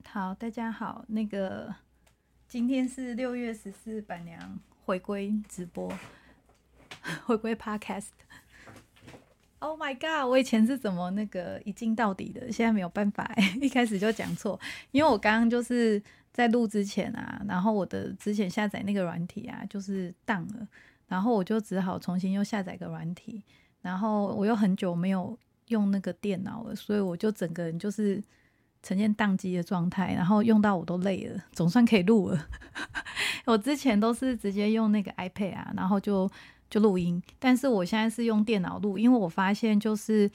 好，大家好，今天是6月14，板娘回归直播，回归 podcast。Oh my god！ 我以前是怎么一镜到底的，现在没有办法一开始就讲错，因为我刚刚就是在录之前啊，然后我的之前下载那个软体啊，就是当了，然后我就只好重新又下载个软体，然后我又很久没有用那个电脑了，所以我就整个人就是呈现宕机的状态，然后用到我都累了，总算可以录了。我之前都是直接用那个 iPad 啊，然后就录音，但是我现在是用电脑录，因为我发现就是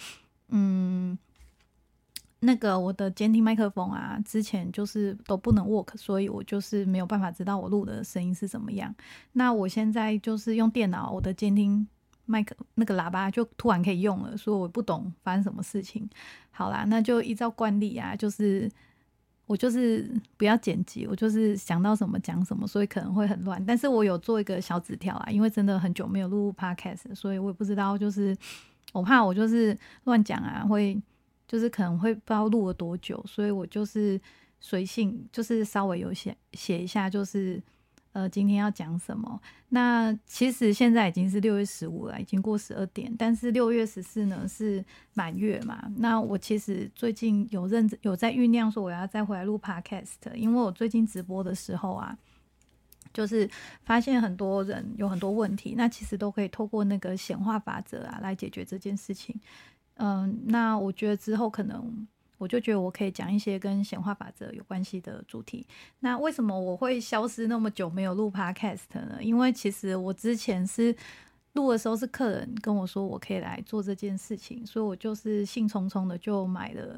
我的监听麦克风啊，之前就是都不能 work， 所以我就是没有办法知道我录的声音是怎么样。那我现在就是用电脑，我的监听那个喇叭就突然可以用了，所以我不懂发生什么事情。好啦，那就依照惯例啊，我就是不要剪辑，我就是想到什么讲什么，所以可能会很乱。但是我有做一个小纸条啊，因为真的很久没有录 podcast， 所以我也不知道，就是我怕我就是乱讲啊，就是可能会不知道录了多久，所以我就是随性，就是稍微有写一下，就是今天要讲什么。那其实现在已经是6月15了，已经过12点，但是6月14呢是满月嘛。那我其实最近有在酝酿说我要再回来录 podcast， 因为我最近直播的时候啊，就是发现很多人有很多问题，那其实都可以透过那个显化法则啊来解决这件事情。那我觉得之后可能我就觉得我可以讲一些跟显化法则有关系的主题。那为什么我会消失那么久没有录 podcast 呢？因为其实我之前是录的时候是客人跟我说我可以来做这件事情，所以我就是兴冲冲的就买了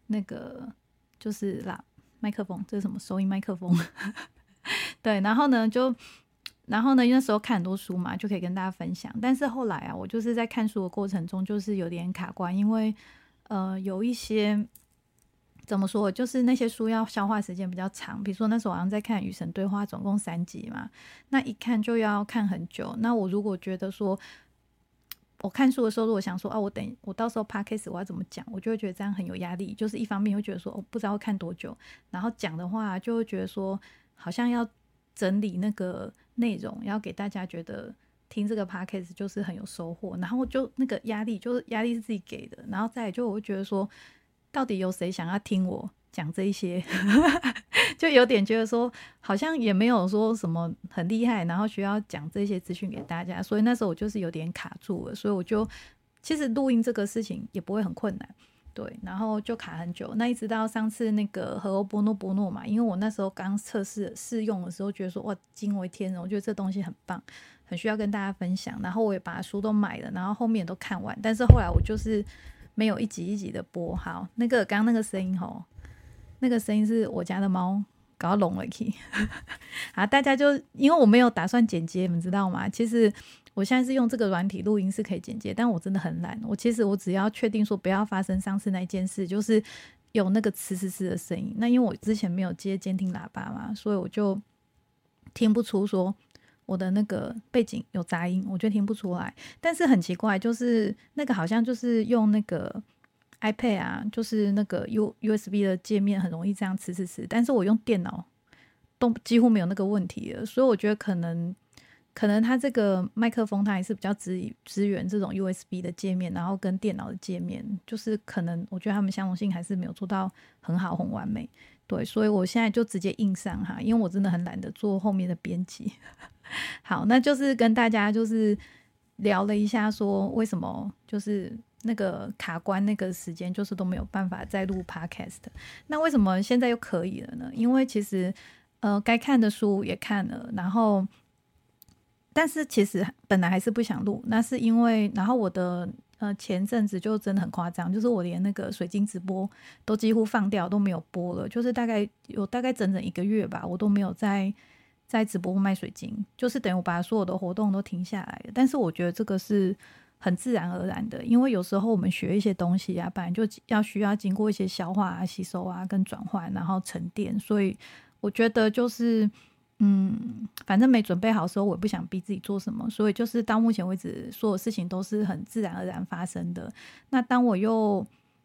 就是麦克风，这是什么收音麦克风？对，然后呢，因为那时候看很多书嘛，就可以跟大家分享。但是后来啊，我就是在看书的过程中，就是有点卡关，因为有一些怎么说，就是那些书要消化时间比较长。比如说那时候好像在看《与神对话》，总共3集嘛，那一看就要看很久。那我如果觉得说，我看书的时候，如果想说我到时候 podcast 我要怎么讲，我就会觉得这样很有压力。就是一方面会觉得说，不知道会看多久，然后讲的话就会觉得说，好像要整理那个内容，要给大家觉得听这个 podcast 就是很有收获，然后就那个压力是自己给的，然后再来就我会觉得说，到底有谁想要听我讲这一些？就有点觉得说，好像也没有说什么很厉害，然后需要讲这些资讯给大家，所以那时候我就是有点卡住了，所以我就其实录音这个事情也不会很困难。对，然后就卡很久。那一直到上次那个和欧波诺嘛，因为我那时候刚测试用的时候，觉得说哇惊为天人，我觉得这东西很棒，很需要跟大家分享。然后我也把书都买了，然后后面都看完。但是后来我就是没有一集一集的播。好，刚刚那个声音吼，那个声音是我家的猫搞到聋了去。好，大家就因为我没有打算剪接，你们知道吗？其实我现在是用这个软体录音是可以剪接，但我真的很懒。其实我只要确定说不要发生上次那件事，就是有那个呲的声音。那因为我之前没有接监听喇叭嘛，所以我就听不出说我的那个背景有杂音，我就听不出来。但是很奇怪，就是那个好像就是用那个 iPad 啊，就是那个 USB 的界面很容易这样呲，但是我用电脑都几乎没有那个问题了，所以我觉得可能它这个麦克风它还是比较支援这种 USB 的界面，然后跟电脑的界面，就是可能我觉得他们相容性还是没有做到很好很完美。对，所以我现在就直接硬上哈，因为我真的很懒得做后面的编辑。好，那就是跟大家就是聊了一下说为什么就是那个卡关那个时间就是都没有办法再录 podcast。 那为什么现在又可以了呢？因为其实该看的书也看了，然后但是其实本来还是不想录，那是因为然后我的前阵子就真的很夸张，就是我连那个水晶直播都几乎放掉，都没有播了，就是大概整整1个月吧，我都没有在直播卖水晶，就是等于我把所有的活动都停下来了。但是我觉得这个是很自然而然的，因为有时候我们学一些东西啊，本来就需要经过一些消化啊、吸收啊、跟转换，然后沉淀，所以我觉得就是反正没准备好的时候，我也不想逼自己做什么，所以就是到目前为止，所有事情都是很自然而然发生的。那当我又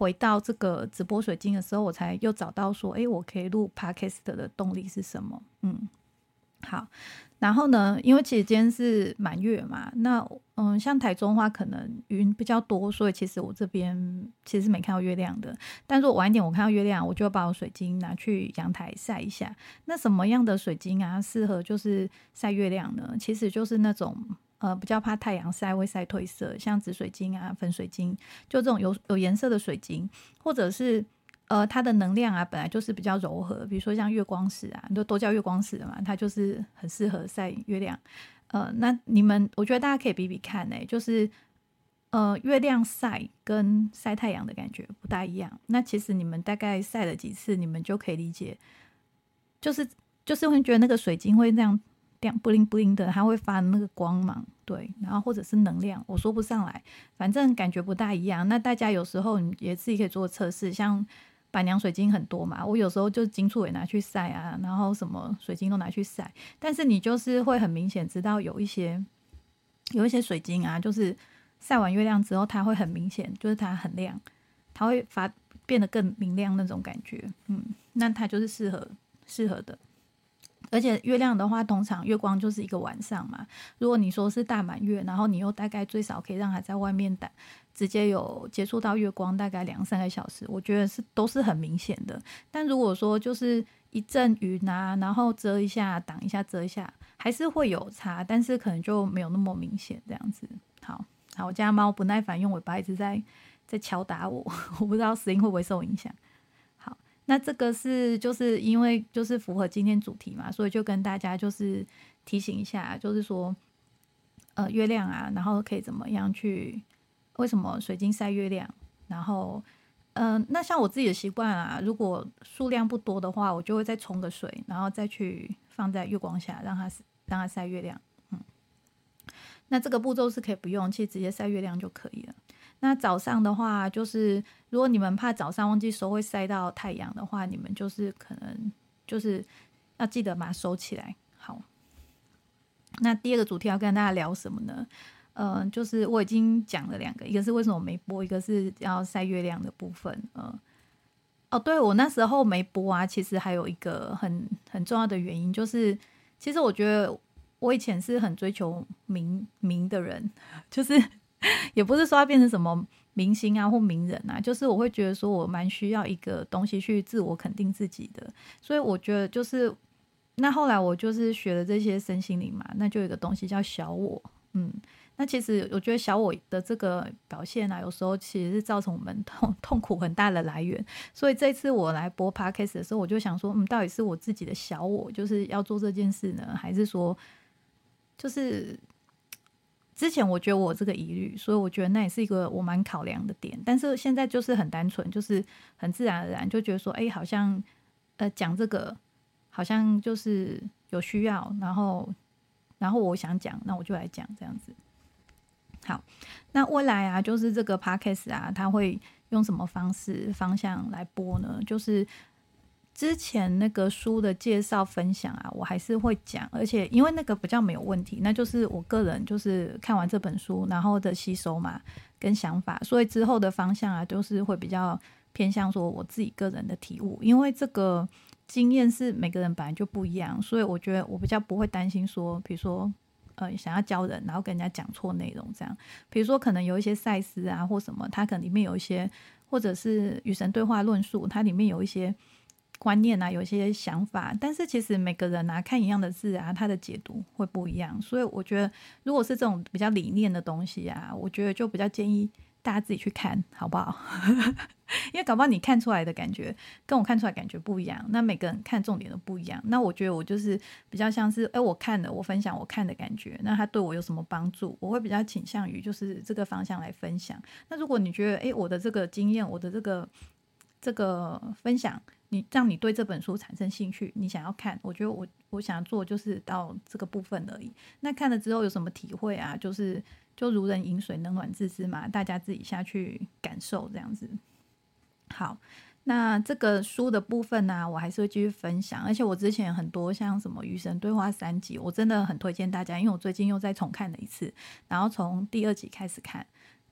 回到这个直播水晶的时候，我才又找到说，我可以录 podcast 的动力是什么？好，然后呢，因为其实今天是满月嘛，那像台中的话，可能云比较多，所以其实我这边其实是没看到月亮的。但如果晚一点我看到月亮，我就把我水晶拿去阳台晒一下。那什么样的水晶啊，适合就是晒月亮呢？其实就是那种比较怕太阳晒会晒褪色，像紫水晶啊、粉水晶，就这种有颜色的水晶，或者是它的能量啊，本来就是比较柔和，比如说像月光石啊，都叫月光石的嘛，它就是很适合晒月亮。那我觉得大家可以比比看就是月亮晒跟晒太阳的感觉不大一样。那其实你们大概晒了几次，你们就可以理解，就是会觉得那个水晶会那样亮布灵布灵的，它会发那个光芒，对，然后或者是能量，我说不上来，反正感觉不大一样。那大家有时候也自己可以做测试，像板娘水晶很多嘛，我有时候就金处也拿去晒啊，然后什么水晶都拿去晒，但是你就是会很明显知道有一些水晶啊，就是晒完月亮之后，它会很明显，就是它很亮，它会变得更明亮那种感觉，那它就是适合的。而且月亮的话，通常月光就是一个晚上嘛。如果你说是大满月，然后你又大概最少可以让它在外面直接有接触到月光，大概2-3个小时，我觉得都是很明显的。但如果说就是一阵云啊，然后遮一下、挡一下、遮一下，还是会有差，但是可能就没有那么明显这样子。好，我家猫不耐烦用尾巴一直在敲打我，我不知道声音会不会受影响。那这个就是因为就是符合今天主题嘛，所以就跟大家就是提醒一下，就是说月亮啊，然后可以怎么样去，为什么水晶晒月亮，然后那像我自己的习惯啊，如果数量不多的话，我就会再冲个水，然后再去放在月光下让它晒月亮。那这个步骤是可以不用，其实直接晒月亮就可以了。那早上的话，就是如果你们怕早上忘记收会晒到太阳的话，你们就是可能就是要记得把它收起来。好，那第二个主题要跟大家聊什么呢？就是我已经讲了2个，一个是为什么没播，一个是要晒月亮的部分。对，我那时候没播啊，其实还有一个很重要的原因，就是其实我觉得我以前是很追求名的人，就是也不是说要变成什么明星啊或名人啊，就是我会觉得说我蛮需要一个东西去自我肯定自己的，所以我觉得就是那后来我就是学了这些身心灵嘛，那就有一个东西叫小我。那其实我觉得小我的这个表现啊，有时候其实是造成我们痛苦很大的来源。所以这次我来播 podcast 的时候，我就想说，到底是我自己的小我就是要做这件事呢，还是说就是之前我觉得我有这个疑虑，所以我觉得那也是一个我蛮考量的点。但是现在就是很单纯，就是很自然而然就觉得说，好像讲这个好像就是有需要，然后我想讲，那我就来讲这样子。好，那未来啊，就是这个 podcast 啊，它会用什么方向来播呢？就是之前那个书的介绍分享啊，我还是会讲，而且因为那个比较没有问题，那就是我个人就是看完这本书然后的吸收嘛跟想法，所以之后的方向啊，就是会比较偏向说我自己个人的体悟，因为这个经验是每个人本来就不一样，所以我觉得我比较不会担心说，比如说想要教人，然后跟人家讲错内容这样。比如说可能有一些赛事啊或什么，它可能里面有一些，或者是与神对话论述，它里面有一些观念啊，有一些想法，但是其实每个人啊看一样的字啊，他的解读会不一样。所以我觉得如果是这种比较理念的东西啊，我觉得就比较建议大家自己去看好不好？因为搞不好你看出来的感觉跟我看出来感觉不一样，那每个人看重点都不一样。那我觉得我就是比较像是我看了，我分享我看的感觉，那它对我有什么帮助，我会比较倾向于就是这个方向来分享。那如果你觉得我的这个经验，我的这个分享让你对这本书产生兴趣，你想要看，我觉得我想做就是到这个部分而已。那看了之后有什么体会啊，就如人饮水，冷暖自知嘛，大家自己下去感受这样子。好，那这个书的部分呢，我还是会继续分享，而且我之前很多像什么与神对话3集，我真的很推荐大家，因为我最近又再重看了一次，然后从第2集开始看，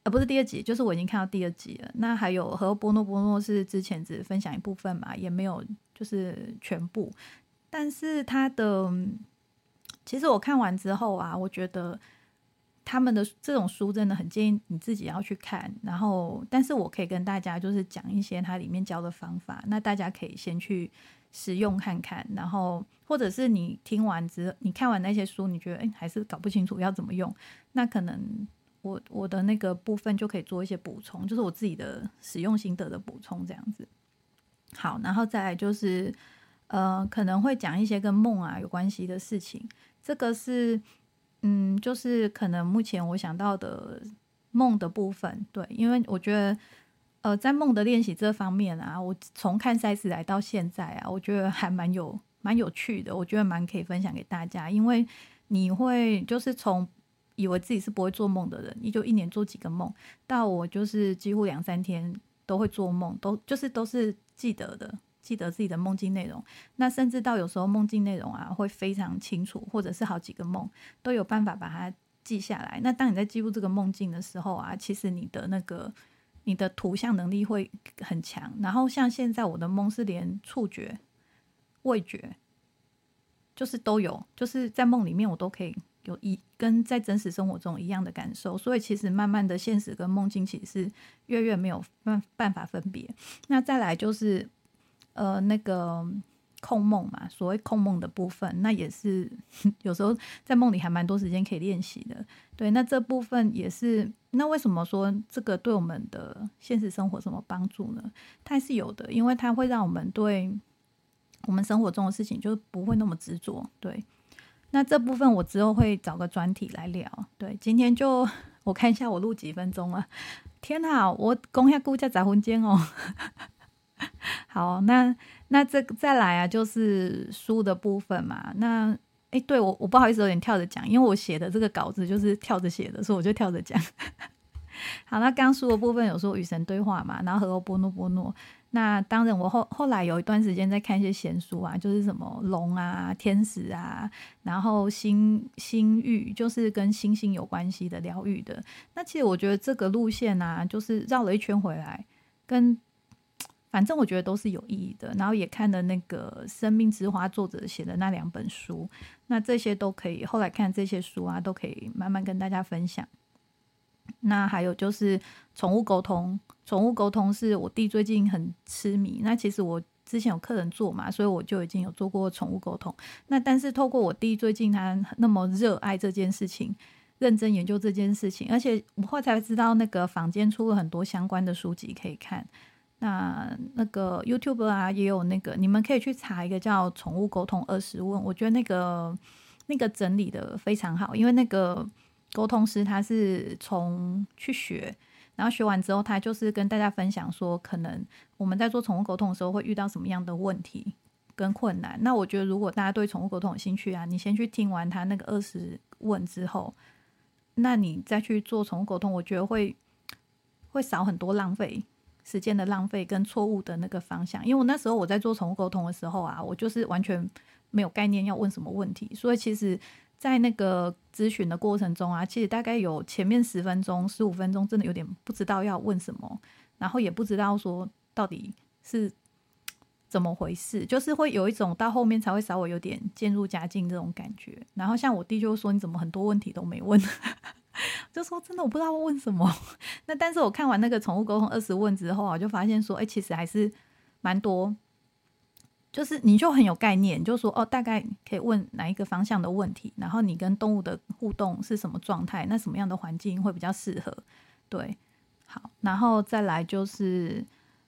不是第二集，就是我已经看到第二集了。那还有和波诺波诺是之前只分享一部分嘛，也没有就是全部。但是他的其实我看完之后啊，我觉得他们的这种书真的很建议你自己要去看。然后，但是我可以跟大家就是讲一些它里面教的方法，那大家可以先去使用看看。然后，或者是你听完之后，你看完那些书，你觉得还是搞不清楚要怎么用，那可能我的那个部分就可以做一些补充，就是我自己的使用心得的补充这样子。好，然后再来就是可能会讲一些跟梦啊有关系的事情。这个是就是可能目前我想到的梦的部分。对，因为我觉得在梦的练习这方面啊，我从看赛事来到现在啊，我觉得还蛮有趣的，我觉得蛮可以分享给大家。因为你会就是从以为自己是不会做梦的人，你就一年做几个梦，到我就是几乎2-3天都会做梦，都是记得的，记得自己的梦境内容。那甚至到有时候梦境内容啊会非常清楚，或者是好几个梦都有办法把它记下来。那当你在记录这个梦境的时候啊，其实你的图像能力会很强。然后像现在我的梦是连触觉、味觉就是都有，就是在梦里面我都可以有跟在真实生活中一样的感受。所以其实慢慢的现实跟梦境其实是越没有办法分别。那再来就是那个控梦嘛，所谓控梦的部分，那也是有时候在梦里还蛮多时间可以练习的。对，那这部分也是。那为什么说这个对我们的现实生活有什么帮助呢？它还是有的，因为它会让我们对我们生活中的事情就不会那么执着。对，那这部分我之后会找个专题来聊。对，今天就我看一下我录几分钟了。天哪，我讲下估价十分钟哦。好，那这个再来啊，就是书的部分嘛。那对，我不好意思有点跳着讲，因为我写的这个稿子就是跳着写的，所以我就跳着讲。好，那刚书的部分有说与神对话嘛，然后和欧波诺波诺。那当然我后来有一段时间在看一些闲书啊，就是什么龙啊、天使啊，然后星域，就是跟星星有关系的疗愈的。那其实我觉得这个路线啊，就是绕了一圈回来，反正我觉得都是有意义的。然后也看了那个生命之花作者写的那2本书，那这些都可以，后来看这些书啊都可以慢慢跟大家分享。那还有就是宠物沟通是我弟最近很痴迷。那其实我之前有客人做嘛，所以我就已经有做过宠物沟通。那但是透过我弟最近他那么热爱这件事情，认真研究这件事情，而且我后来才知道那个坊间出了很多相关的书籍可以看。那个 YouTube 啊也有那个，你们可以去查一个叫宠物沟通20问。我觉得那个整理的非常好，因为那个沟通师他是从去学，然后学完之后他就是跟大家分享说，可能我们在做宠物沟通的时候会遇到什么样的问题跟困难。那我觉得如果大家对宠物沟通有兴趣啊，你先去听完他那个20问之后，那你再去做宠物沟通，我觉得会少很多时间的浪费跟错误的那个方向。因为我那时候我在做宠物沟通的时候啊，我就是完全没有概念要问什么问题，所以其实在那个咨询的过程中啊，其实大概有前面10分钟、15分钟真的有点不知道要问什么，然后也不知道说到底是怎么回事，就是会有一种到后面才会稍微有点渐入佳境这种感觉。然后像我弟就说你怎么很多问题都没问。就说真的我不知道问什么。那但是我看完那个宠物沟通20问之后啊，我就发现说其实还是蛮多，就是你就很有概念，就说大概可以问哪一个方向的问题，然后你跟动物的互动是什么状态，那什么样的环境会比较适合。对，好，然后再来就是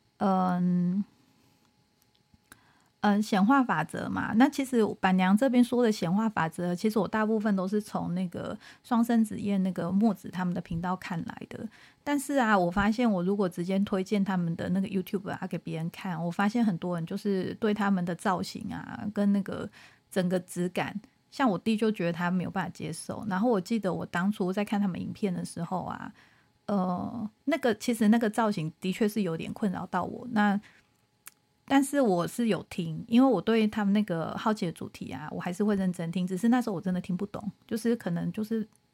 显化法则嘛。那其实板娘这边说的显化法则，其实我大部分都是从那个双生子夜那个墨子他们的频道看来的。但是啊，我发现我如果直接推荐他们的那个 YouTube 啊给别人看，我发现很多人就是对他们的造型啊跟那个整个质感，像我弟就觉得他没有办法接受。然后我记得我当初在看他们影片的时候啊，其实那个造型的确是有点困扰到我。但是我是有听，因为我对他们那个好奇的主题啊，我还是会认真听。只是那时候我真的听不懂，就是可能就是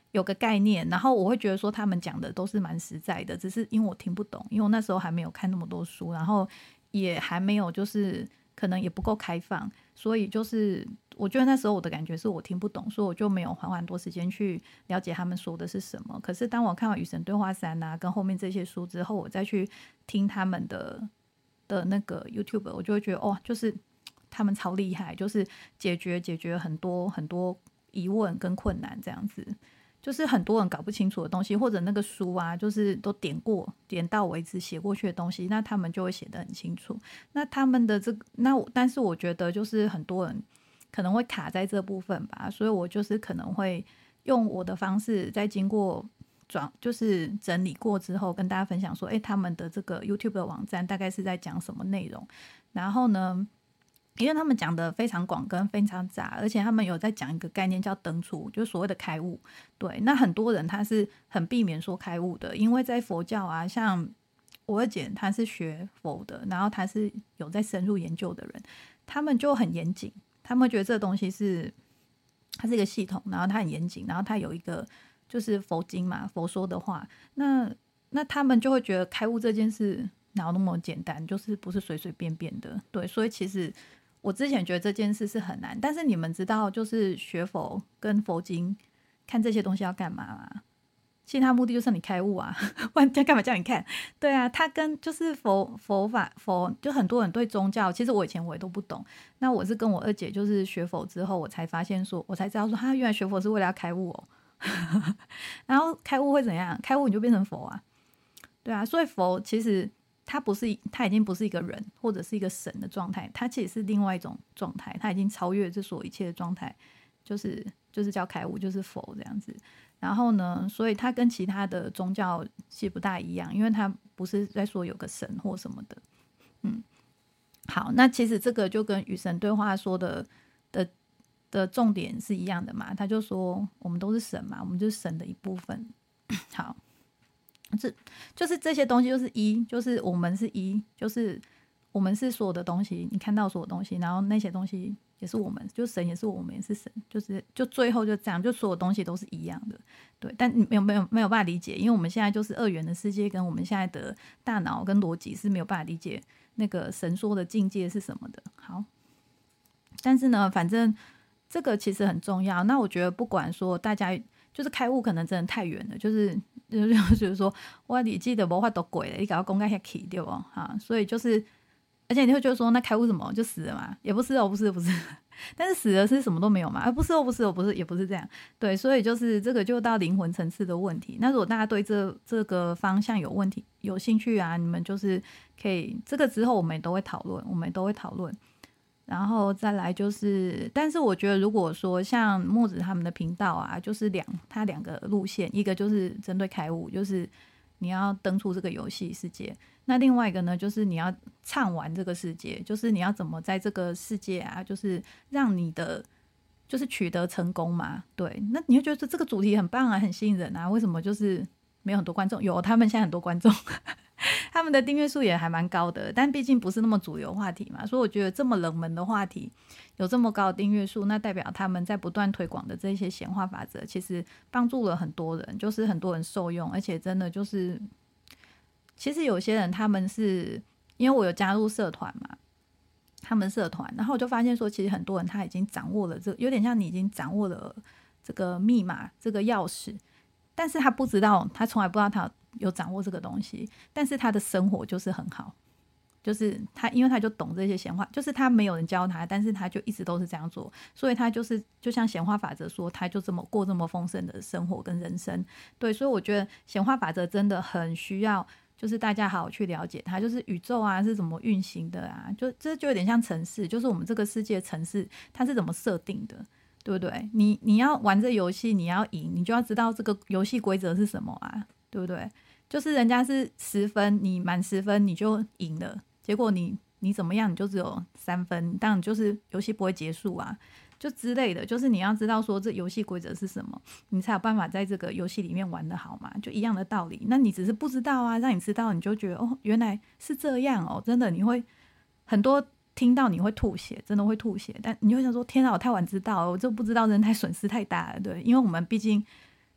有个概念，然后我会觉得说他们讲的都是蛮实在的，只是因为我听不懂，因为我那时候还没有看那么多书，然后也还没有就是可能也不够开放，所以就是我觉得那时候我的感觉是我听不懂，所以我就没有花很多时间去了解他们说的是什么。可是当我看完《与神对话3》啊跟后面这些书之后，我再去听他们的那个 YouTube， 我就会觉得就是他们超厉害，就是解决很多很多疑问跟困难这样子。就是很多人搞不清楚的东西，或者那个书啊，就是都点到为止写过去的东西，那他们就会写得很清楚。那他们的但是我觉得就是很多人可能会卡在这部分吧，所以我就是可能会用我的方式，在经过就是整理过之后，跟大家分享说，他们的这个 YouTube 的网站大概是在讲什么内容，然后呢，因为他们讲的非常广跟非常杂，而且他们有在讲一个概念叫登出，就是所谓的开悟。对，那很多人他是很避免说开悟的，因为在佛教啊，像我二姐她是学佛的，然后她是有在深入研究的人，他们就很严谨，他们觉得这个东西它是一个系统，然后它很严谨，然后它有一个就是佛经嘛，佛说的话，那他们就会觉得开悟这件事哪有那么简单，就是不是随随便便的。对，所以其实我之前觉得这件事是很难，但是你们知道就是学佛跟佛经看这些东西要干嘛吗？其实它目的就是让你开悟啊，不然干嘛叫你看？对啊，它跟就是佛法就很多人对宗教，其实我以前我也都不懂。那我是跟我二姐就是学佛之后，我才发现说，我才知道说，原来学佛是为了要开悟哦。然后开悟会怎样？开悟你就变成佛啊，对啊。所以佛其实他已经不是一个人或者是一个神的状态，他其实是另外一种状态，他已经超越这所一切的状态，就是叫开悟，就是佛这样子。然后呢，所以他跟其他的宗教其实不大一样，因为他不是在说有个神或什么的。好，那其实这个就跟与神对话说的重点是一样的嘛，他就说我们都是神嘛，我们就是神的一部分。好，就是这些东西就是一，就是我们是一，就是我们是所有的东西，你看到所有东西，然后那些东西也是我们，就神也是我们也是神，就最后就这样，就所有东西都是一样的。对，但没有办法理解，因为我们现在就是二元的世界，跟我们现在的大脑跟逻辑是没有办法理解那个神说的境界是什么的。好，但是呢，反正这个其实很重要。那我觉得不管说大家就是开悟可能真的太远了，就是说我你记得没法都鬼了，你给我公开下去对不哈？所以就是而且你会觉得说那开悟什么就死了嘛？也不是哦，不是但是死了是什么都没有嘛？不是哦，不是也不是这样。对，所以就是这个就到灵魂层次的问题。那如果大家对这个方向有问题有兴趣啊，你们就是可以这个之后我们也都会讨论。然后再来就是，但是我觉得如果说像墨子他们的频道啊，就是他两个路线，一个就是针对开悟，就是你要登出这个游戏世界，那另外一个呢，就是你要畅玩这个世界，就是你要怎么在这个世界啊，就是让你的就是取得成功嘛。对，那你会觉得这个主题很棒啊，很吸引人啊，为什么就是没有很多观众？有，他们现在很多观众。他们的订阅数也还蛮高的，但毕竟不是那么主流话题嘛，所以我觉得这么冷门的话题有这么高的订阅数，那代表他们在不断推广的这些显化法则，其实帮助了很多人，就是很多人受用，而且真的就是，其实有些人他们是因为我有加入社团嘛，他们社团，然后我就发现说，其实很多人他已经掌握了有点像你已经掌握了这个密码，这个钥匙，但是他不知道，他从来不知道他有掌握这个东西，但是他的生活就是很好，就是他因为他就懂这些显化，就是他没有人教他，但是他就一直都是这样做，所以他就是就像显化法则说，他就这么过这么丰盛的生活跟人生。对，所以我觉得显化法则真的很需要，就是大家好好去了解它，就是宇宙啊是怎么运行的啊，这就有点像程式，就是我们这个世界程式它是怎么设定的。对不对？你要玩这游戏，你要赢，你就要知道这个游戏规则是什么啊，对不对？就是人家是10分，你满10分你就赢了，结果你怎么样，你就只有3分，当然就是游戏不会结束啊，就之类的。就是你要知道说这游戏规则是什么，你才有办法在这个游戏里面玩得好嘛，就一样的道理。那你只是不知道啊，让你知道，你就觉得哦，原来是这样哦，真的你会很多。听到你会吐血，真的会吐血，但你会想说天啊，我太晚知道了，我就不知道，人太损失太大了。对，因为我们毕竟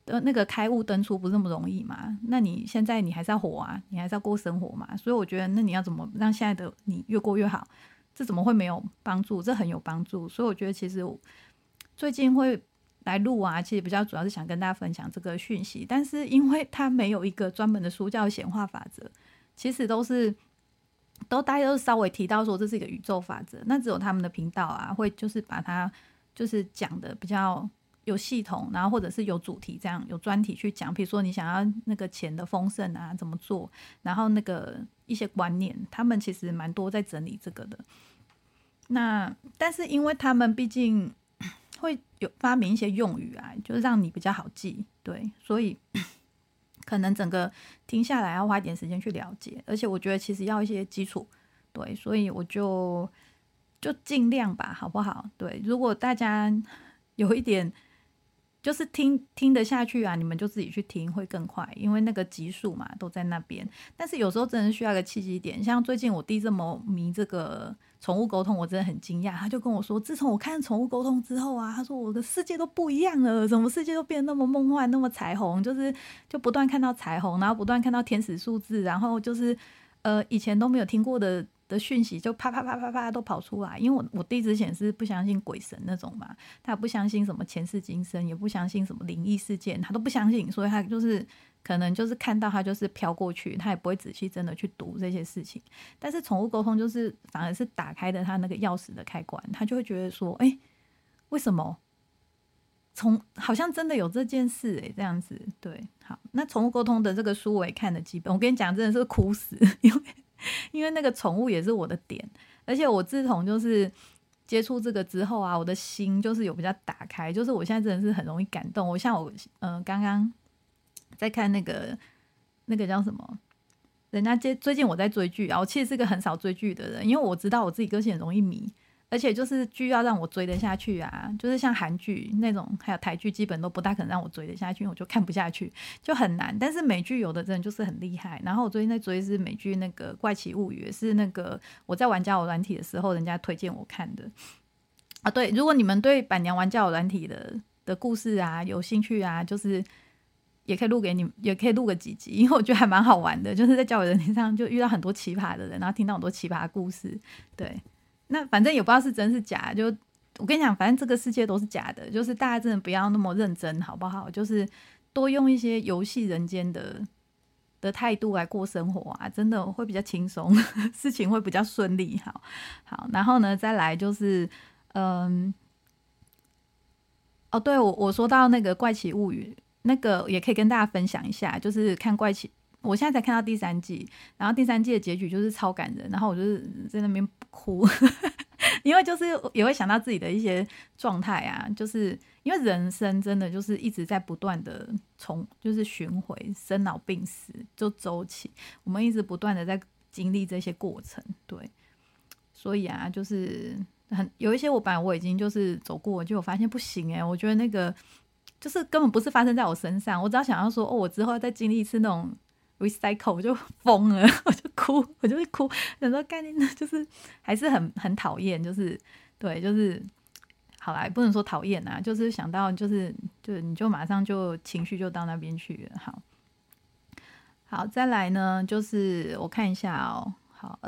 的那个开悟登出不是那么容易嘛？那你现在你还是要活啊，你还是要过生活嘛？所以我觉得，那你要怎么让现在的你越过越好？这怎么会没有帮助？这很有帮助。所以我觉得，其实我最近会来录啊，其实比较主要是想跟大家分享这个讯息。但是因为它没有一个专门的书叫显化法则，其实大家都稍微提到说这是一个宇宙法则。那只有他们的频道啊，会就是把它就是讲的比较有系统，然后或者是有主题，这样有专题去讲，比如说你想要那个钱的丰盛啊怎么做，然后那个一些观念，他们其实蛮多在整理这个的。那但是因为他们毕竟会有发明一些用语啊，就是让你比较好记，对，所以可能整个听下来要花一点时间去了解，而且我觉得其实要一些基础，对，所以我就尽量吧，好不好？对，如果大家有一点就是听得下去啊，你们就自己去听会更快，因为那个集数嘛都在那边。但是有时候真的需要一个契机点，像最近我弟这么迷这个宠物沟通，我真的很惊讶。他就跟我说，自从我看宠物沟通之后啊，他说我的世界都不一样了，怎么世界都变得那么梦幻，那么彩虹，就不断看到彩虹，然后不断看到天使数字，然后就是以前都没有听过的讯息就啪啪啪啪啪都跑出来。因为我弟之前是不相信鬼神那种嘛，他不相信什么前世今生，也不相信什么灵异事件，他都不相信，所以他就是可能就是看到他就是飘过去，他也不会仔细真的去读这些事情。但是宠物沟通就是反而是打开的他那个钥匙的开关，他就会觉得说，为什么好像真的有这件事这样子。对，好，那宠物沟通的这个书我也看了几本，我跟你讲真的是哭死，因为那个宠物也是我的点，而且我自从就是接触这个之后啊，我的心就是有比较打开，就是我现在真的是很容易感动。我刚刚在看那个叫什么，人家最近我在追剧啊，我其实是个很少追剧的人，因为我知道我自己个性很容易迷，而且就是剧要让我追得下去啊，就是像韩剧那种还有台剧基本都不大可能让我追得下去，因为我就看不下去，就很难。但是美剧有的真的就是很厉害，然后我最近在追是美剧那个怪奇物语，是那个我在玩交友软体的时候人家推荐我看的啊。对，如果你们对板娘玩交友软体的故事啊有兴趣啊，就是也可以录给你们，也可以录个几集，因为我觉得还蛮好玩的，就是在交友软体上就遇到很多奇葩的人，然后听到很多奇葩的故事。对，那反正也不知道是真是假，就我跟你讲，反正这个世界都是假的，就是大家真的不要那么认真，好不好？就是多用一些游戏人间的态度来过生活啊，真的会比较轻松，事情会比较顺利。好，然后呢，再来就是，对，我说到那个怪奇物语，那个也可以跟大家分享一下，就是看怪奇。我现在才看到第3季，然后第3季的结局就是超感人，然后我就是在那边哭，因为就是也会想到自己的一些状态啊，就是因为人生真的就是一直在不断的就是巡回生老病死就周期，我们一直不断的在经历这些过程，对，所以啊，就是有一些我本来我已经就是走过，就我发现不行我觉得那个就是根本不是发生在我身上，我只要想要说我之后再经历一次那种recycle 我就疯了，我就会哭，想说概念就是还是很讨厌，就是对，就是好啦，不能说讨厌啊，就是想到就是你就马上就情绪就到那边去了。好，再来呢，就是我看一下好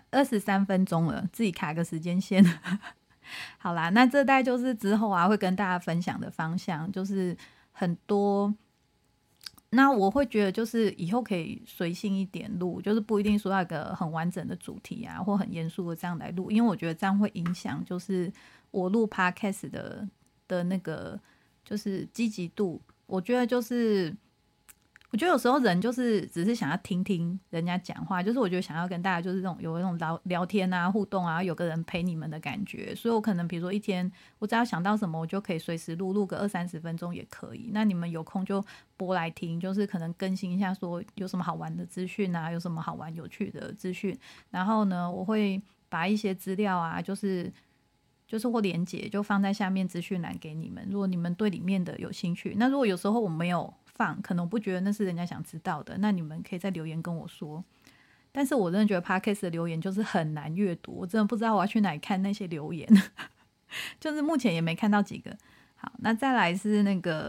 23分钟了，自己卡个时间线。好啦，那这大概就是之后啊会跟大家分享的方向，就是很多。那我会觉得就是以后可以随性一点录，就是不一定说要一个很完整的主题啊，或很严肃的这样来录，因为我觉得这样会影响就是我录 podcast 的那个就是积极度。我觉得有时候人就是只是想要听听人家讲话，就是我觉得想要跟大家就是有一种聊天啊、互动啊，有个人陪你们的感觉。所以我可能比如说一天我只要想到什么，我就可以随时录个20-30分钟也可以。那你们有空就播来听，就是可能更新一下说有什么好玩的资讯啊，有什么好玩有趣的资讯。然后呢，我会把一些资料啊，就是或连结就放在下面资讯栏给你们，如果你们对里面的有兴趣。那如果有时候我没有放，可能我不觉得那是人家想知道的，那你们可以在留言跟我说。但是我真的觉得 Podcast 的留言就是很难阅读，我真的不知道我要去哪里看那些留言，就是目前也没看到几个。好，那再来是那个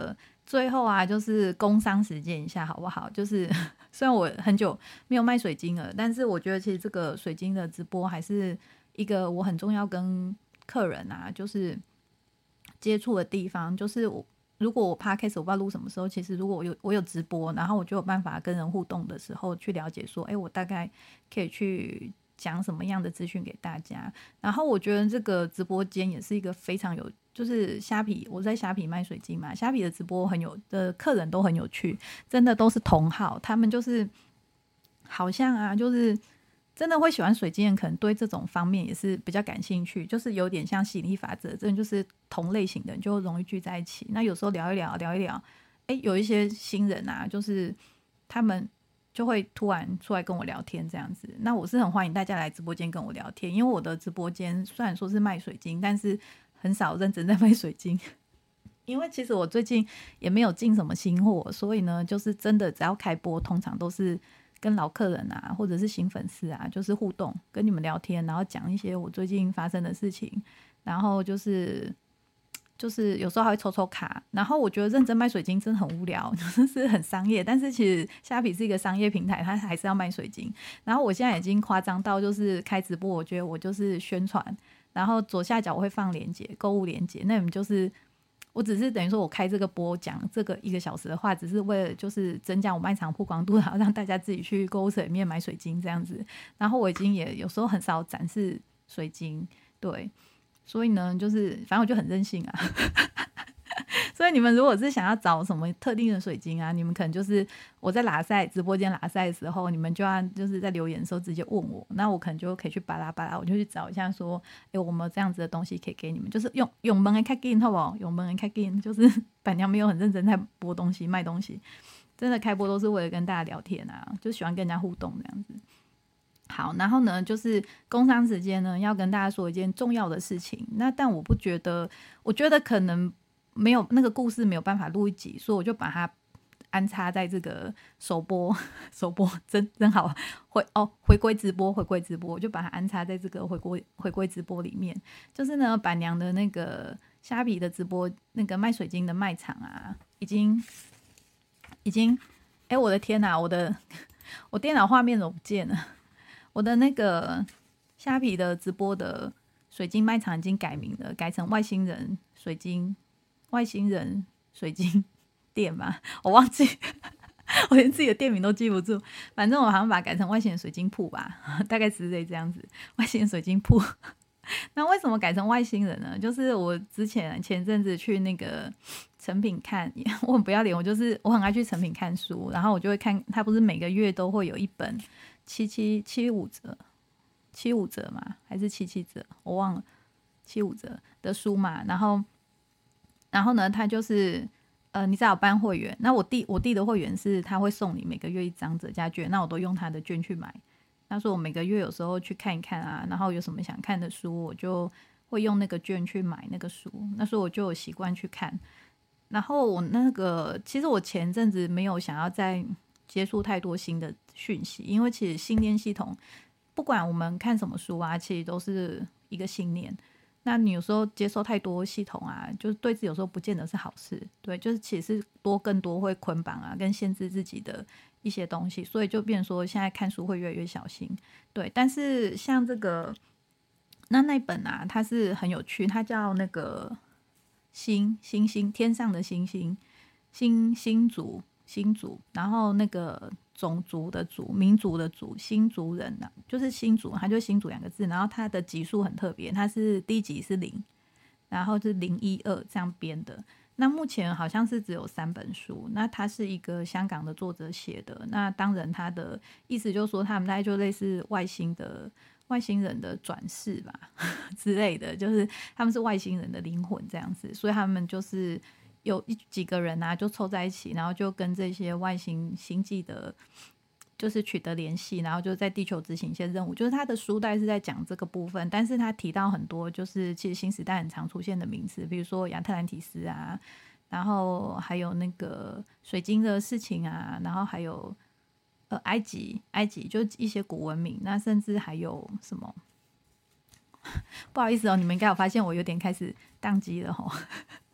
最后啊，就是工商实践一下好不好？就是虽然我很久没有卖水晶了，但是我觉得其实这个水晶的直播还是一个我很重要跟客人啊，就是接触的地方。就是如果我 podcast 我不知道录什么时候，其实如果我有直播，然后我就有办法跟人互动的时候，去了解说，我大概可以去讲什么样的资讯给大家。然后我觉得这个直播间也是一个非常有，就是虾皮，我在虾皮卖水晶嘛，虾皮的直播的客人都很有趣，真的都是同好，他们就是好像啊，就是真的会喜欢水晶人，可能对这种方面也是比较感兴趣，就是有点像吸引力法则，真的就是同类型的人就容易聚在一起。那有时候聊一聊，有一些新人啊，就是他们就会突然出来跟我聊天这样子。那我是很欢迎大家来直播间跟我聊天，因为我的直播间虽然说是卖水晶，但是很少认真在卖水晶。因为其实我最近也没有进什么新货，所以呢，就是真的只要开播，通常都是跟老客人啊，或者是新粉丝啊，就是互动，跟你们聊天，然后讲一些我最近发生的事情，然后就是有时候还会抽卡。然后我觉得认真卖水晶真的很无聊，就是很商业，但是其实虾皮是一个商业平台，它还是要卖水晶。然后我现在已经夸张到就是开直播，我觉得我就是宣传，然后左下角我会放链接，购物链接，那你们就是我只是等于说我开这个播讲这个1个小时的话，只是为了就是增加我卖场曝光度，然后让大家自己去购物车里面买水晶这样子。然后我已经也有时候很少展示水晶，对，所以呢就是反正我就很任性啊。所以你们如果是想要找什么特定的水晶啊，你们可能就是我在拉赛直播间拉赛的时候，你们就要就是在留言的时候直接问我，那我可能就可以去巴拉巴拉，我就去找一下说，我们这样子的东西可以给你们，就是用门的开进好不好？用门的开进，就是板娘没有很认真在播东西卖东西，真的开播都是为了跟大家聊天啊，就喜欢跟人家互动这样子。好，然后呢，就是工商时间呢，要跟大家说一件重要的事情。那但我不觉得，我觉得可能没有那个故事没有办法录一集，所以我就把它安插在这个首播真好，回归直播，我就把它安插在这个回归直播里面。就是呢，板娘的那个虾皮的直播，那个卖水晶的卖场啊，已经，我的天哪，我电脑画面怎么不见了？我的那个虾皮的直播的水晶卖场已经改名了，改成外星人水晶店吧，我忘记，我连自己的店名都记不住。反正我好像把它改成外星人水晶铺吧，大概是这样子，外星人水晶铺。那为什么改成外星人呢？就是我前阵子去那个诚品看，我很不要脸，我很爱去诚品看书，然后我就会看，他不是每个月都会有一本75折嘛，还是77折，我忘了，75折的书嘛。然后呢，他就是你只要有办会员，那我弟的会员是他会送你每个月1张折价券，那我都用他的券去买。他说我每个月有时候去看一看啊，然后有什么想看的书，我就会用那个券去买那个书。那时候我就有习惯去看。然后其实我前阵子没有想要再接触太多新的讯息，因为其实信念系统，不管我们看什么书啊，其实都是一个信念。那你有时候接受太多系统啊，就是对自己有时候不见得是好事。对，就是其实更多会捆绑啊，跟限制自己的一些东西，所以就变成说现在看书会越来越小心。对，但是像这个那本啊，它是很有趣，它叫那个星天上的星星族，然后那个种族的族，民族的族，新族人啊，就是新族，它就是新族2个字，然后它的级数很特别，它是第一集是0，然后是012这样编的。那目前好像是只有3本书，那它是一个香港的作者写的。那当然他的意思就是说，他们大概就类似外星人的转世吧之类的，就是他们是外星人的灵魂这样子，所以他们就是有几个人啊，就凑在一起，然后就跟这些外星星际的，就是取得联系，然后就在地球执行一些任务。就是他的书带是在讲这个部分，但是他提到很多就是其实新时代很常出现的名词，比如说亚特兰提斯啊，然后还有那个水晶的事情啊，然后还有埃及就一些古文明，那甚至还有什么？不好意思哦，你们应该有发现我有点开始宕机了吼。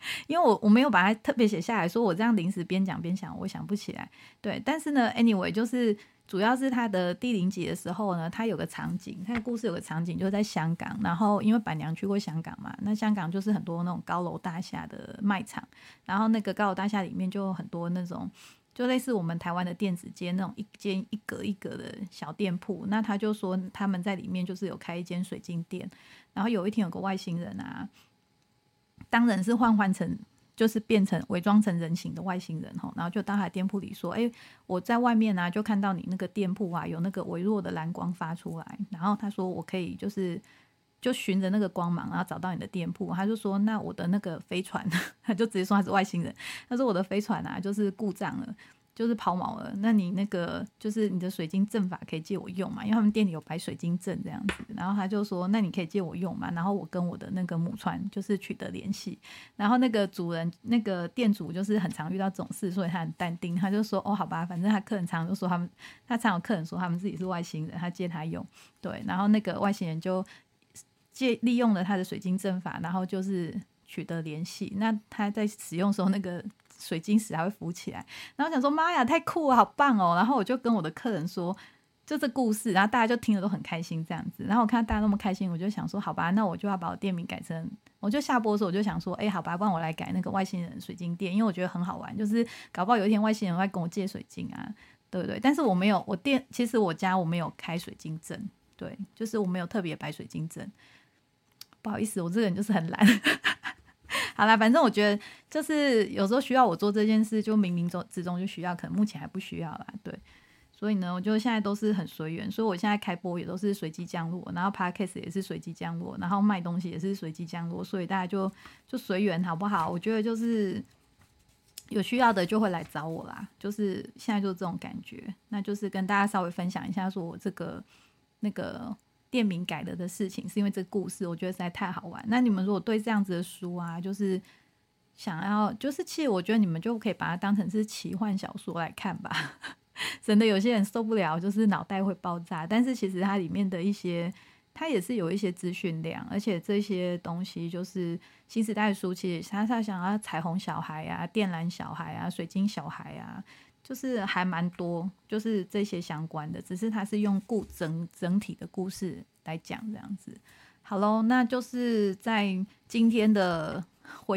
因为我没有把它特别写下来，说我这样临时边讲边想，我想不起来。对，但是呢 anyway 就是主要是他的第0集的时候呢，他有个场景，他的故事有个场景就是在香港，然后因为板娘去过香港嘛，那香港就是很多那种高楼大厦的卖场，然后那个高楼大厦里面就有很多那种就类似我们台湾的电子街那种一间一格一格的小店铺，那他就说他们在里面就是有开一间水晶店，然后有一天有个外星人啊，当然是换成就是变成伪装成人形的外星人，然后就到他的店铺里说，我在外面啊就看到你那个店铺啊有那个微弱的蓝光发出来，然后他说我可以就循着那个光芒然后找到你的店铺，他就说那我的那个飞船他就直接说他是外星人，他说我的飞船啊就是故障了，就是抛锚了，那你那个就是你的水晶阵法可以借我用嘛，因为他们店里有摆水晶阵这样子，然后他就说那你可以借我用嘛，然后我跟我的那个母船就是取得联系，然后那个主人那个店主就是很常遇到这种事，所以他很淡定，他就说哦好吧，反正他客人常就说他常有客人说他们自己是外星人，他借他用，对，然后那个外星人就利用了他的水晶阵法，然后就是取得联系，那他在使用的时候那个水晶石还会浮起来，然后想说妈呀太酷了好棒哦，然后我就跟我的客人说就这故事，然后大家就听了都很开心这样子，然后我看到大家那么开心，我就想说好吧，那我就要把我店名改成，我就下播的时候我就想说好吧，不然我来改那个外星人水晶店，因为我觉得很好玩，就是搞不好有一天外星人会跟我借水晶啊，对不对？但是我没有，其实我家我没有开水晶阵，对，就是我没有特别摆水晶阵，不好意思，我这个人就是很懒好啦，反正我觉得就是有时候需要我做这件事，就冥冥之中就需要，可能目前还不需要啦，对。所以呢，我就现在都是很随缘，所以我现在开播也都是随机降落，然后 podcast 也是随机降落，然后卖东西也是随机降落，所以大家就随缘好不好？我觉得就是有需要的就会来找我啦，就是现在就是这种感觉，那就是跟大家稍微分享一下，说我这个那个店名改了的事情，是因为这个故事我觉得实在太好玩。那你们如果对这样子的书啊，就是想要，就是其实我觉得你们就可以把它当成是奇幻小说来看吧。真的有些人受不了，就是脑袋会爆炸，但是其实它里面的一些，它也是有一些资讯量，而且这些东西就是新时代的书，其实他想要彩虹小孩啊、靛蓝小孩啊、水晶小孩啊，就是还蛮多，就是这些相关的，只是它是用整体的故事来讲这样子。好咯，那就是在今天的回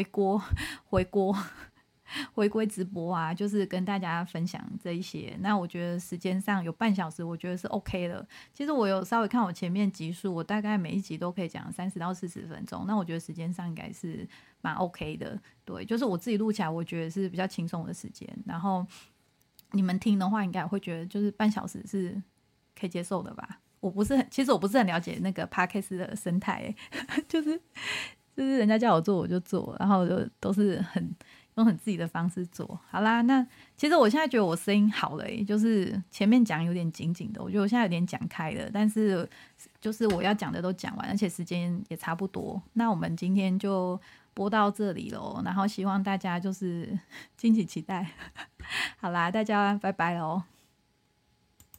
归直播啊，就是跟大家分享这一些。那我觉得时间上有半小时，我觉得是 OK 的。其实我有稍微看我前面集数，我大概每一集都可以讲30到40分钟。那我觉得时间上应该是蛮 OK 的。对，就是我自己录起来，我觉得是比较轻松的时间。然后你们听的话，应该会觉得就是半小时是可以接受的吧？其实我不是很了解那个 Podcast 的生态，就是人家叫我做我就做，然后就都是用很自己的方式做。好啦，那其实我现在觉得我声音好了就是前面讲有点紧紧的，我觉得我现在有点讲开了，但是就是我要讲的都讲完，而且时间也差不多。那我们今天就播到这里咯，然后希望大家就是敬请期待。好啦，大家拜拜咯。